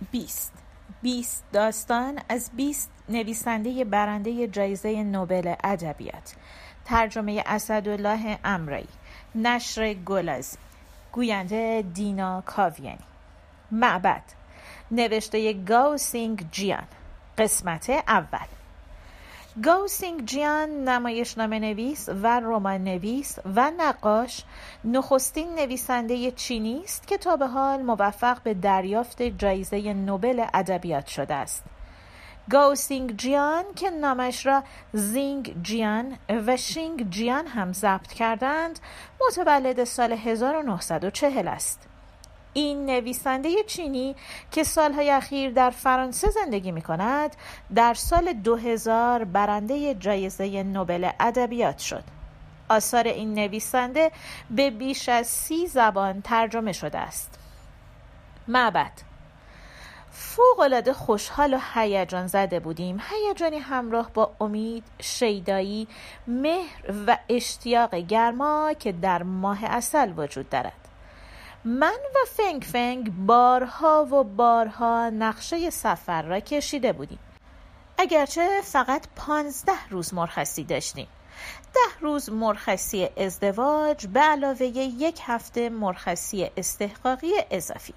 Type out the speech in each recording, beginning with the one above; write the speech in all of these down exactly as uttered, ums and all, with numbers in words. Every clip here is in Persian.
بیست بیست داستان از بیست نویسنده برنده جایزه نوبل ادبیات. ترجمه اسدالله امرایی. نشر گلازی. گوینده دینا کاویانی. معبد. نوشته گاو سینگ جیان. قسمت اول. گاو سینگ جیان نمایشنامه نویس و رمان نویس و نقاش، نخستین نویسنده چینی است که تا به حال موفق به دریافت جایزه نوبل ادبیات شده است. گاو سینگ جیان که نامش را زینگ جیان و شینگ جیان هم ضبط کردند، متولد سال هزار و نهصد و چهل است. این نویسنده چینی که سالهای اخیر در فرانسه زندگی می کند، در سال دو هزار برنده جایزه نوبل ادبیات شد. آثار این نویسنده به بیش از سی زبان ترجمه شده است. معبد. فوق‌العاده خوشحال و هیجان زده بودیم، هیجانی همراه با امید، شیدایی، مهر و اشتیاق گرما که در ماه عسل وجود دارد. من و فنگ فنگ بارها و بارها نقشه سفر را کشیده بودیم، اگرچه فقط پانزده روز مرخصی داشتیم. ده روز مرخصی ازدواج به علاوه یک هفته مرخصی استحقاقی اضافی.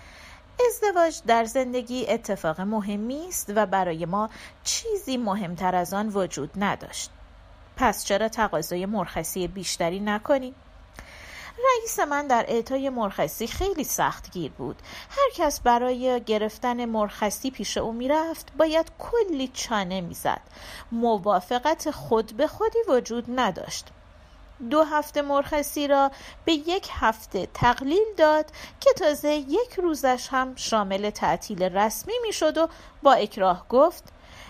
ازدواج در زندگی اتفاق مهمی است و برای ما چیزی مهمتر از آن وجود نداشت. پس چرا تقاضای مرخصی بیشتری نکنیم؟ رئیس من در اعطای مرخصی خیلی سختگیر بود. هر کس برای گرفتن مرخصی پیش او می رفت باید کلی چانه می زد. موافقت خود به خودی وجود نداشت. دو هفته مرخصی را به یک هفته تقلیل داد که تازه یک روزش هم شامل تعطیل رسمی می شد و با اکراه گفت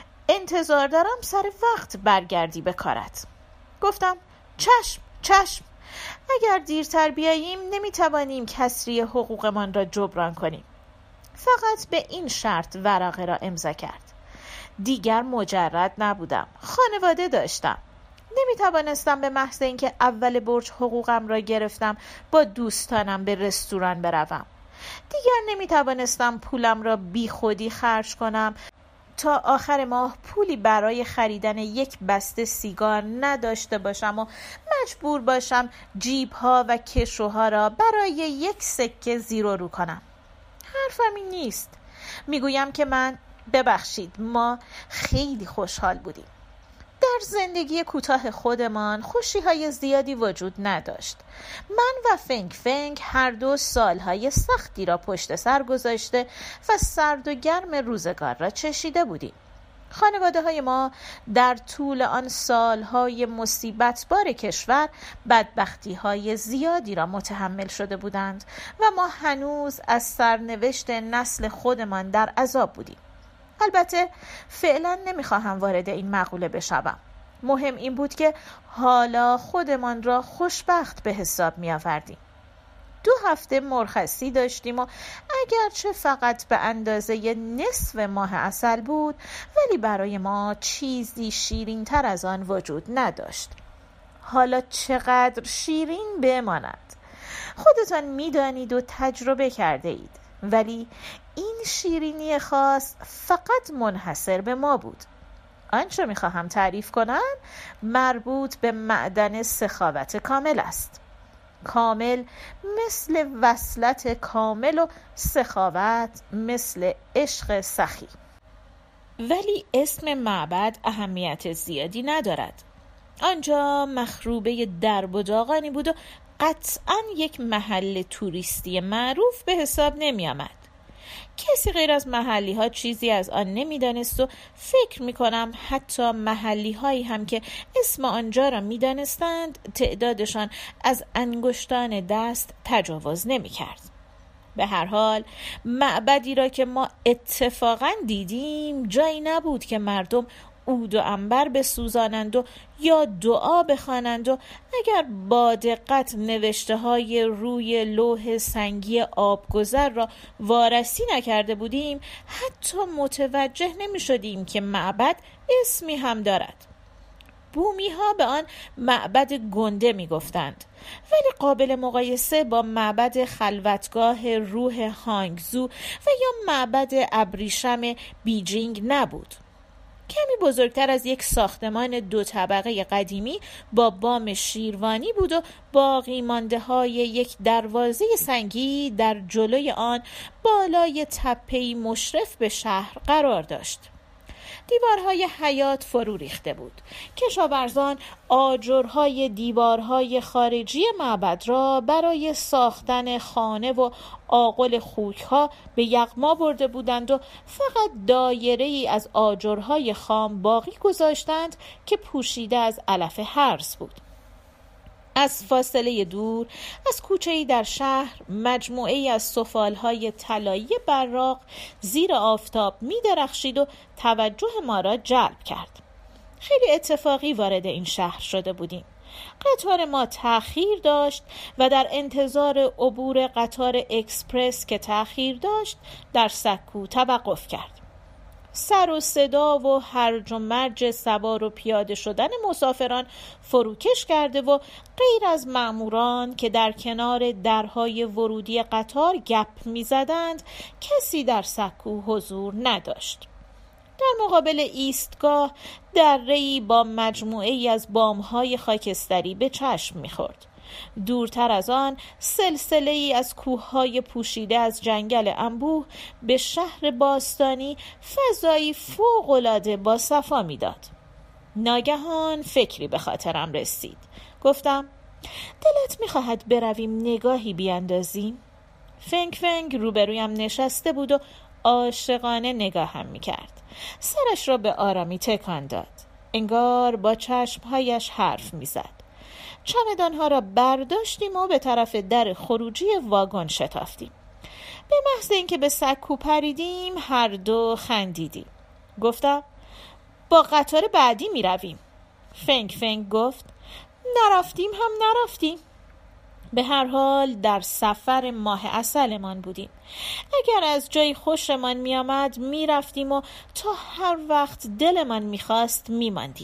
انتظار دارم سر وقت برگردی به کارت. گفتم چشم چشم. اگر دیرتر بیاییم نمیتوانیم کسری حقوقمان را جبران کنیم. فقط به این شرط ورقه را امضا کرد. دیگر مجرد نبودم. خانواده داشتم. نمیتوانستم به محض اینکه اول برج حقوقم را گرفتم با دوستانم به رستوران بروم. دیگر نمیتوانستم پولم را بی خودی خرج کنم تا آخر ماه پولی برای خریدن یک بسته سیگار نداشته باشم و مجبور باشم جیب‌ها و کشوها را برای یک سکه زیر و رو کنم. حرفم این نیست. میگویم که من ببخشید ما خیلی خوشحال بودیم. در زندگی کوتاه خودمان خوشی‌های زیادی وجود نداشت. من و فنگ فنگ هر دو سالهای سختی را پشت سر گذاشته و سرد و گرم روزگار را چشیده بودیم. خانواده های ما در طول آن سالهای مصیبت بار کشور بدبختی های زیادی را متحمل شده بودند و ما هنوز از سرنوشت نسل خودمان در عذاب بودیم. البته فعلا نمیخواهم وارد این مقوله بشوم. مهم این بود که حالا خودمان را خوشبخت به حساب می آوردیم. دو هفته مرخصی داشتیم و اگرچه فقط به اندازه نصف ماه عسل بود، ولی برای ما چیزی شیرین تر از آن وجود نداشت. حالا چقدر شیرین بماند. خودتان می دانید و تجربه کرده اید، ولی این شیرینی خاص فقط منحصر به ما بود. آنچه می خواهم تعریف کنم مربوط به معدن سخاوت کامل است. کامل مثل وصلت کامل و سخاوت مثل عشق سخی. ولی اسم معبد اهمیت زیادی ندارد. آنجا مخروبه درب و داغانی بود و قطعاً یک محل توریستی معروف به حساب نمی آمد. کسی غیر از محلی ها چیزی از آن نمی دانست و فکر می کنم حتی محلی هایی هم که اسم آنجا را می دانستند تعدادشان از انگشتان دست تجاوز نمی کرد. به هر حال معبدی را که ما اتفاقاً دیدیم جایی نبود که مردم عود و عنبر بسوزانند و یا دعا بخوانند و اگر با دقت نوشته های روی لوح سنگی آبگذر را وارسی نکرده بودیم حتی متوجه نمی شدیم که معبد اسمی هم دارد. بومی ها به آن معبد گنده می گفتند. ولی قابل مقایسه با معبد خلوتگاه روح هانگزو و یا معبد ابریشم بیجینگ نبود. کمی بزرگتر از یک ساختمان دو طبقه قدیمی با بام شیروانی بود و باقی مانده های یک دروازه سنگی در جلوی آن بالای تپه‌ای مشرف به شهر قرار داشت. دیوارهای حیاط فرو ریخته بود. کشاورزان آجرهای دیوارهای خارجی معبد را برای ساختن خانه و آغل خوکها به یغما برده بودند و فقط دایره‌ای از آجرهای خام باقی گذاشتند که پوشیده از علف هرز بود. از فاصله دور از کوچه‌ای در شهر مجموعه‌ای از سفالهای طلایی براق زیر آفتاب می‌درخشید و توجه ما را جلب کرد. خیلی اتفاقی وارد این شهر شده بودیم. قطار ما تأخیر داشت و در انتظار عبور قطار اکسپرس که تأخیر داشت در سکو توقف کرد. سر و صدا و هرج و مرج سوار و پیاده شدن مسافران فروکش کرده و غیر از مأموران که در کنار درهای ورودی قطار گپ می زدند کسی در سکو حضور نداشت. در مقابل ایستگاه دره‌ای با مجموعه‌ای از بامهای خاکستری به چشم می خورد. دورتر از آن سلسله‌ای از کوههای پوشیده از جنگل انبوه به شهر باستانی فضایی فوق‌العاده با صفا می‌داد. ناگهان فکری به خاطرم رسید. گفتم دلت می‌خواهد برویم نگاهی بیاندازیم؟ فنگ فنگ روبرویم نشسته بود و عاشقانه نگاهم می‌کرد. سرش را به آرامی تکان داد. انگار با چشمهایش حرف می‌زد. چمدانها را برداشتیم و به طرف در خروجی واگن شتافتیم. به محض اینکه به سکو پریدیم هر دو خندیدیم. گفتم با قطار بعدی می رویم. فنگ فنگ گفت نرفتیم هم نرفتیم. به هر حال در سفر ماه عسلمان بودیم. اگر از جای خوشمان می آمد می رفتیم و تا هر وقت دلمان می خواست می ماندیم.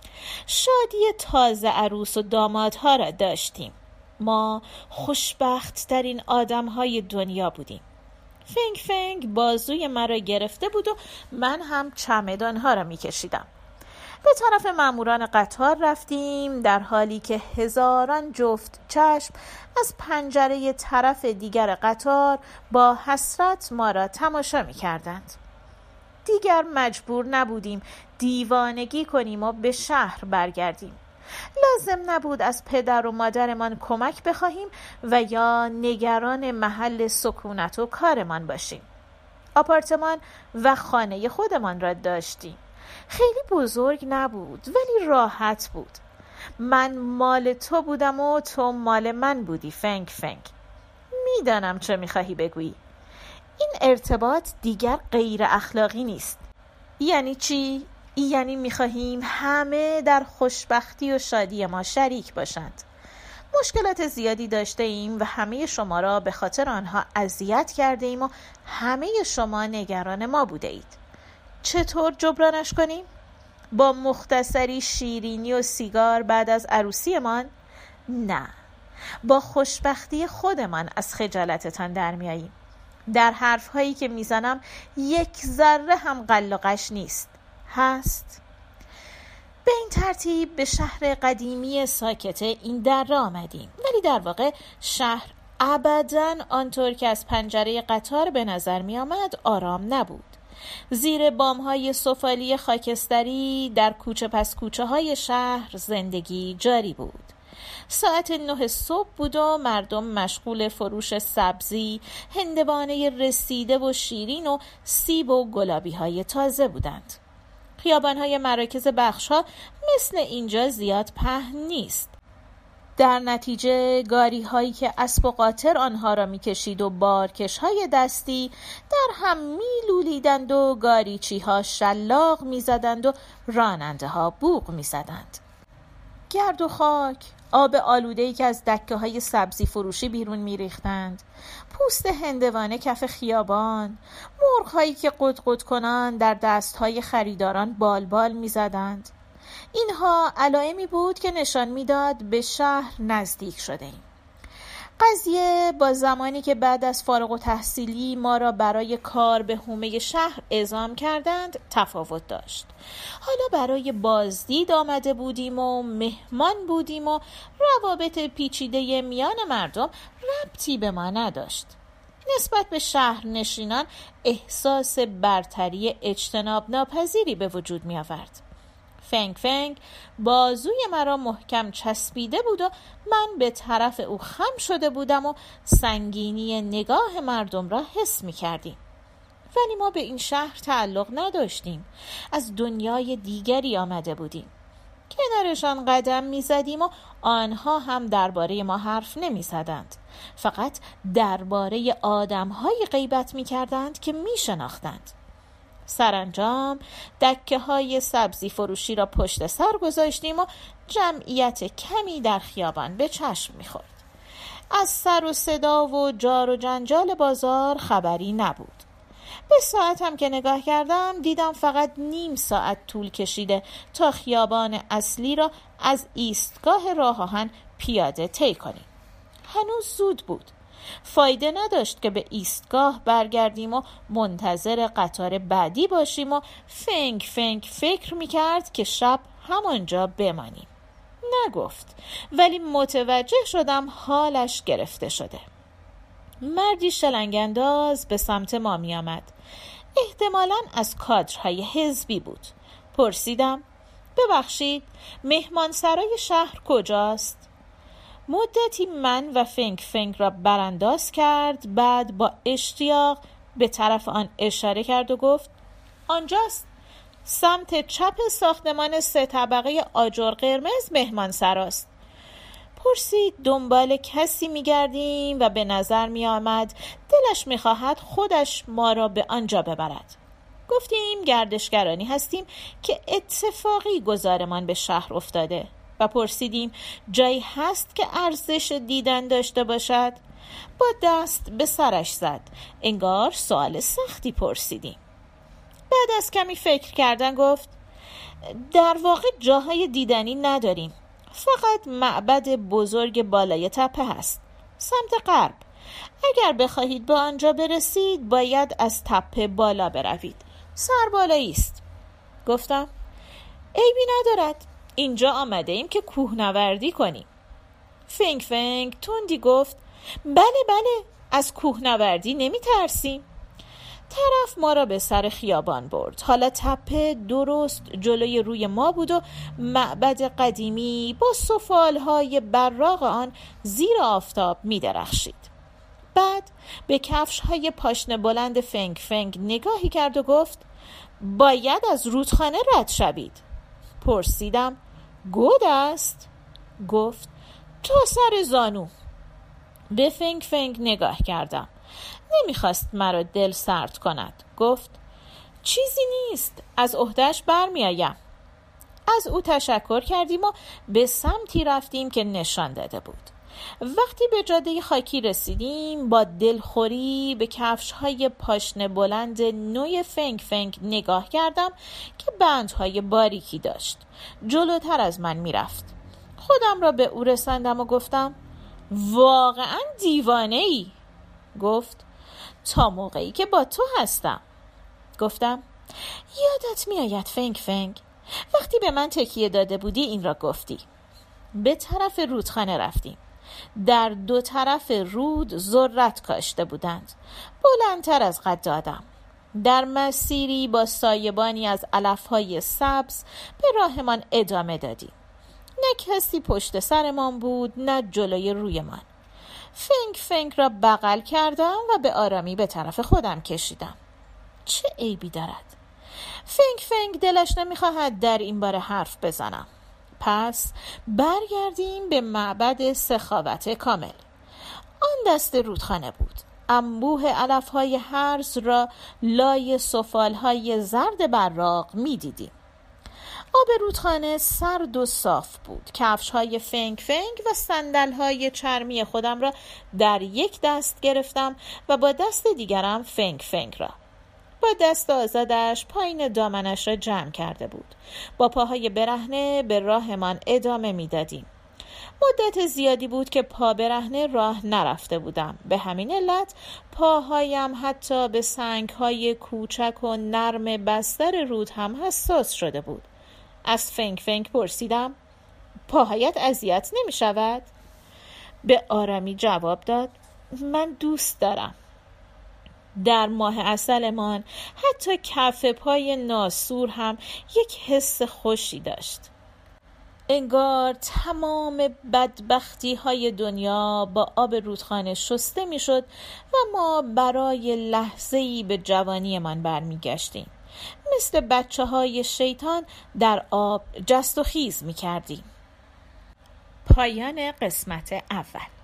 شادی تازه عروس و دامادها را داشتیم. ما خوشبخت ترین آدم های دنیا بودیم. فنگ فنگ بازوی مرا گرفته بود و من هم چمدان ها را می کشیدم. به طرف ماموران قطار رفتیم در حالی که هزاران جفت چشم از پنجره طرف دیگر قطار با حسرت ما را تماشا می کردند. دیگر مجبور نبودیم دیوانگی کنیم و به شهر برگردیم. لازم نبود از پدر و مادرمان کمک بخواهیم و یا نگران محل سکونت و کارمان باشیم. آپارتمان و خانه خودمان را داشتیم. خیلی بزرگ نبود ولی راحت بود. من مال تو بودم و تو مال من بودی فنگ فنگ. میدانم چه میخواهی بگویی. این ارتباط دیگر غیر اخلاقی نیست. یعنی چی؟ یعنی میخواهیم همه در خوشبختی و شادی ما شریک باشند. مشکلات زیادی داشته ایم و همه شما را به خاطر آنها اذیت کرده ایم و همه شما نگران ما بوده اید. چطور جبرانش کنیم؟ با مختصری شیرینی و سیگار بعد از عروسیمان؟ نه، با خوشبختی خودمان از خجالتتان در میاییم. در حرفهایی که میزنم یک ذره هم قل و قش نیست. هست؟ به این ترتیب به شهر قدیمی ساکت این دره آمدیم، ولی در واقع شهر ابداً آنطور که از پنجره قطار به نظر می آمد آرام نبود. زیر بامهای سفالی خاکستری در کوچه پس کوچه های شهر زندگی جاری بود. ساعت نه صبح بود و مردم مشغول فروش سبزی، هندوانه رسیده و شیرین و سیب و گلابی های تازه بودند. خیابان‌های مراکز بخش‌ها مثل اینجا زیاد پهن نیست. در نتیجه گاری‌هایی که اسب و قاطر آنها را می‌کشید و بارکش‌های دستی در هم می‌لولیدند و گاریچی‌ها شلاق می‌زدند و راننده‌ها بوق می‌زدند. گرد و خاک، آب آلوده‌ای که از دکه‌های سبزی فروشی بیرون می‌ریختند، پوست هندوانه کف خیابان، مرغ‌هایی که قدقد کنان در دست‌های خریداران بالبال می‌زدند. اینها علائمی بود که نشان میداد به شهر نزدیک شده ایم. قضیه با زمانی که بعد از فارغ التحصیلی ما را برای کار به حومه شهر اعزام کردند تفاوت داشت. حالا برای بازدید آمده بودیم و مهمان بودیم و روابط پیچیده میان مردم ربطی به ما نداشت. نسبت به شهر نشینان احساس برتری اجتناب ناپذیری به وجود می آورد. فنگ فنگ بازوی مرا محکم چسبیده بود و من به طرف او خم شده بودم و سنگینی نگاه مردم را حس می کردیم. ولی ما به این شهر تعلق نداشتیم. از دنیای دیگری آمده بودیم. کنارشان قدم می زدیم و آنها هم درباره ما حرف نمی زدند. فقط درباره آدم‌های غیبت می کردند که می شناختند. سرانجام دکه های سبزی فروشی را پشت سر گذاشتیم و جمعیت کمی در خیابان به چشم می‌خورد. از سر و صدا و جار و جنجال بازار خبری نبود. به ساعتم که نگاه کردم دیدم فقط نیم ساعت طول کشیده تا خیابان اصلی را از ایستگاه راه آهن پیاده طی کنیم. هنوز زود بود. فایده نداشت که به ایستگاه برگردیم و منتظر قطار بعدی باشیم و فنگ فنگ فکر میکرد که شب همانجا بمانیم. نگفت، ولی متوجه شدم حالش گرفته شده. مردی شلنگ انداز به سمت ما می آمد. احتمالاً از کادرهای حزبی بود. پرسیدم: ببخشید، مهمانسرای شهر کجاست؟ مدتی من و فنگ فنگ را برانداز کرد، بعد با اشتیاق به طرف آن اشاره کرد و گفت: آنجاست، سمت چپ ساختمان سه طبقه آجر قرمز مهمانسراست. پرسید دنبال کسی می‌گردیم و به نظر می‌آمد دلش می‌خواهد خودش ما را به آنجا ببرد. گفتیم گردشگرانی هستیم که اتفاقی گذارمان به شهر افتاده و پرسیدیم جایی هست که ارزش دیدن داشته باشد. با دست به سرش زد، انگار سوال سختی پرسیدیم. بعد از کمی فکر کردن گفت: در واقع جاهای دیدنی نداریم، فقط معبد بزرگ بالای تپه هست، سمت غرب. اگر بخواهید به آنجا برسید باید از تپه بالا بروید، سربالایی است. گفتم: عیبی ندارد، اینجا آمده ایم که کوهنوردی کنیم. فنگ فنگ تندی گفت: بله بله، از کوهنوردی نمی ترسیم. طرف ما را به سر خیابان برد. حالا تپه درست جلوی روی ما بود و معبد قدیمی با سفالهای براق آن زیر آفتاب می درخشید. بعد به کفشهای پاشنه بلند فنگ فنگ نگاهی کرد و گفت: باید از رودخانه رد شوید. پرسیدم: گود است؟ گفت: تا سر زانو. به فنگ فنگ نگاه کردم. نمیخواست مرا دل سرد کند. گفت: چیزی نیست، از عهده‌اش برمی آیم. از او تشکر کردیم و به سمتی رفتیم که نشان داده بود. وقتی به جاده خاکی رسیدیم با دلخوری به کفش‌های پاشنه بلند نوی فنگ فنگ نگاه کردم که بندهای باریکی داشت. جلوتر از من میرفت. خودم را به او رساندم و گفتم: واقعا دیوانه ای؟ گفت: تا موقعی که با تو هستم. گفتم: یادت میآید فنگ فنگ، وقتی به من تکیه داده بودی این را گفتی. به طرف رودخانه رفتیم. در دو طرف رود ذرت کاشته بودند، بلندتر از قد آدم. در مسیری با سایبانی از علفهای سبز به راهمان ادامه دادیم. نه کسی پشت سرمان بود نه جلوی رویمان. فنگ فنگ را بغل کردم و به آرامی به طرف خودم کشیدم. چه عیبی دارد؟ فنگ فنگ دلش نمیخواهد در این باره حرف بزنم. پس برگردیم به معبد سخاوت کامل. آن دست رودخانه بود. انبوه علفهای هرز را لای سفالهای زرد براق می دیدیم. آب رودخانه سرد و صاف بود. کفش‌های فنگ فنگ و صندل‌های چرمی خودم را در یک دست گرفتم و با دست دیگرم فنگ فنگ را. با دست آزادش پایین دامنش را جمع کرده بود. با پاهای برهنه به راهمان ادامه می‌دادیم. مدت زیادی بود که پا برهنه راه نرفته بودم. به همین علت پاهایم حتی به سنگ‌های کوچک و نرم بستر رود هم حساس شده بود. از فنگ فنگ پرسیدم: پاهایت اذیت نمی شود؟ به آرامی جواب داد: من دوست دارم. در ماه عسلمان حتی کف پای ناسور هم یک حس خوشی داشت. انگار تمام بدبختی های دنیا با آب رودخانه شسته می شد و ما برای لحظه‌ای به جوانی من برمی گشتیم. مثل بچه های شیطان در آب جست و خیز می کردیم. پایان قسمت اول.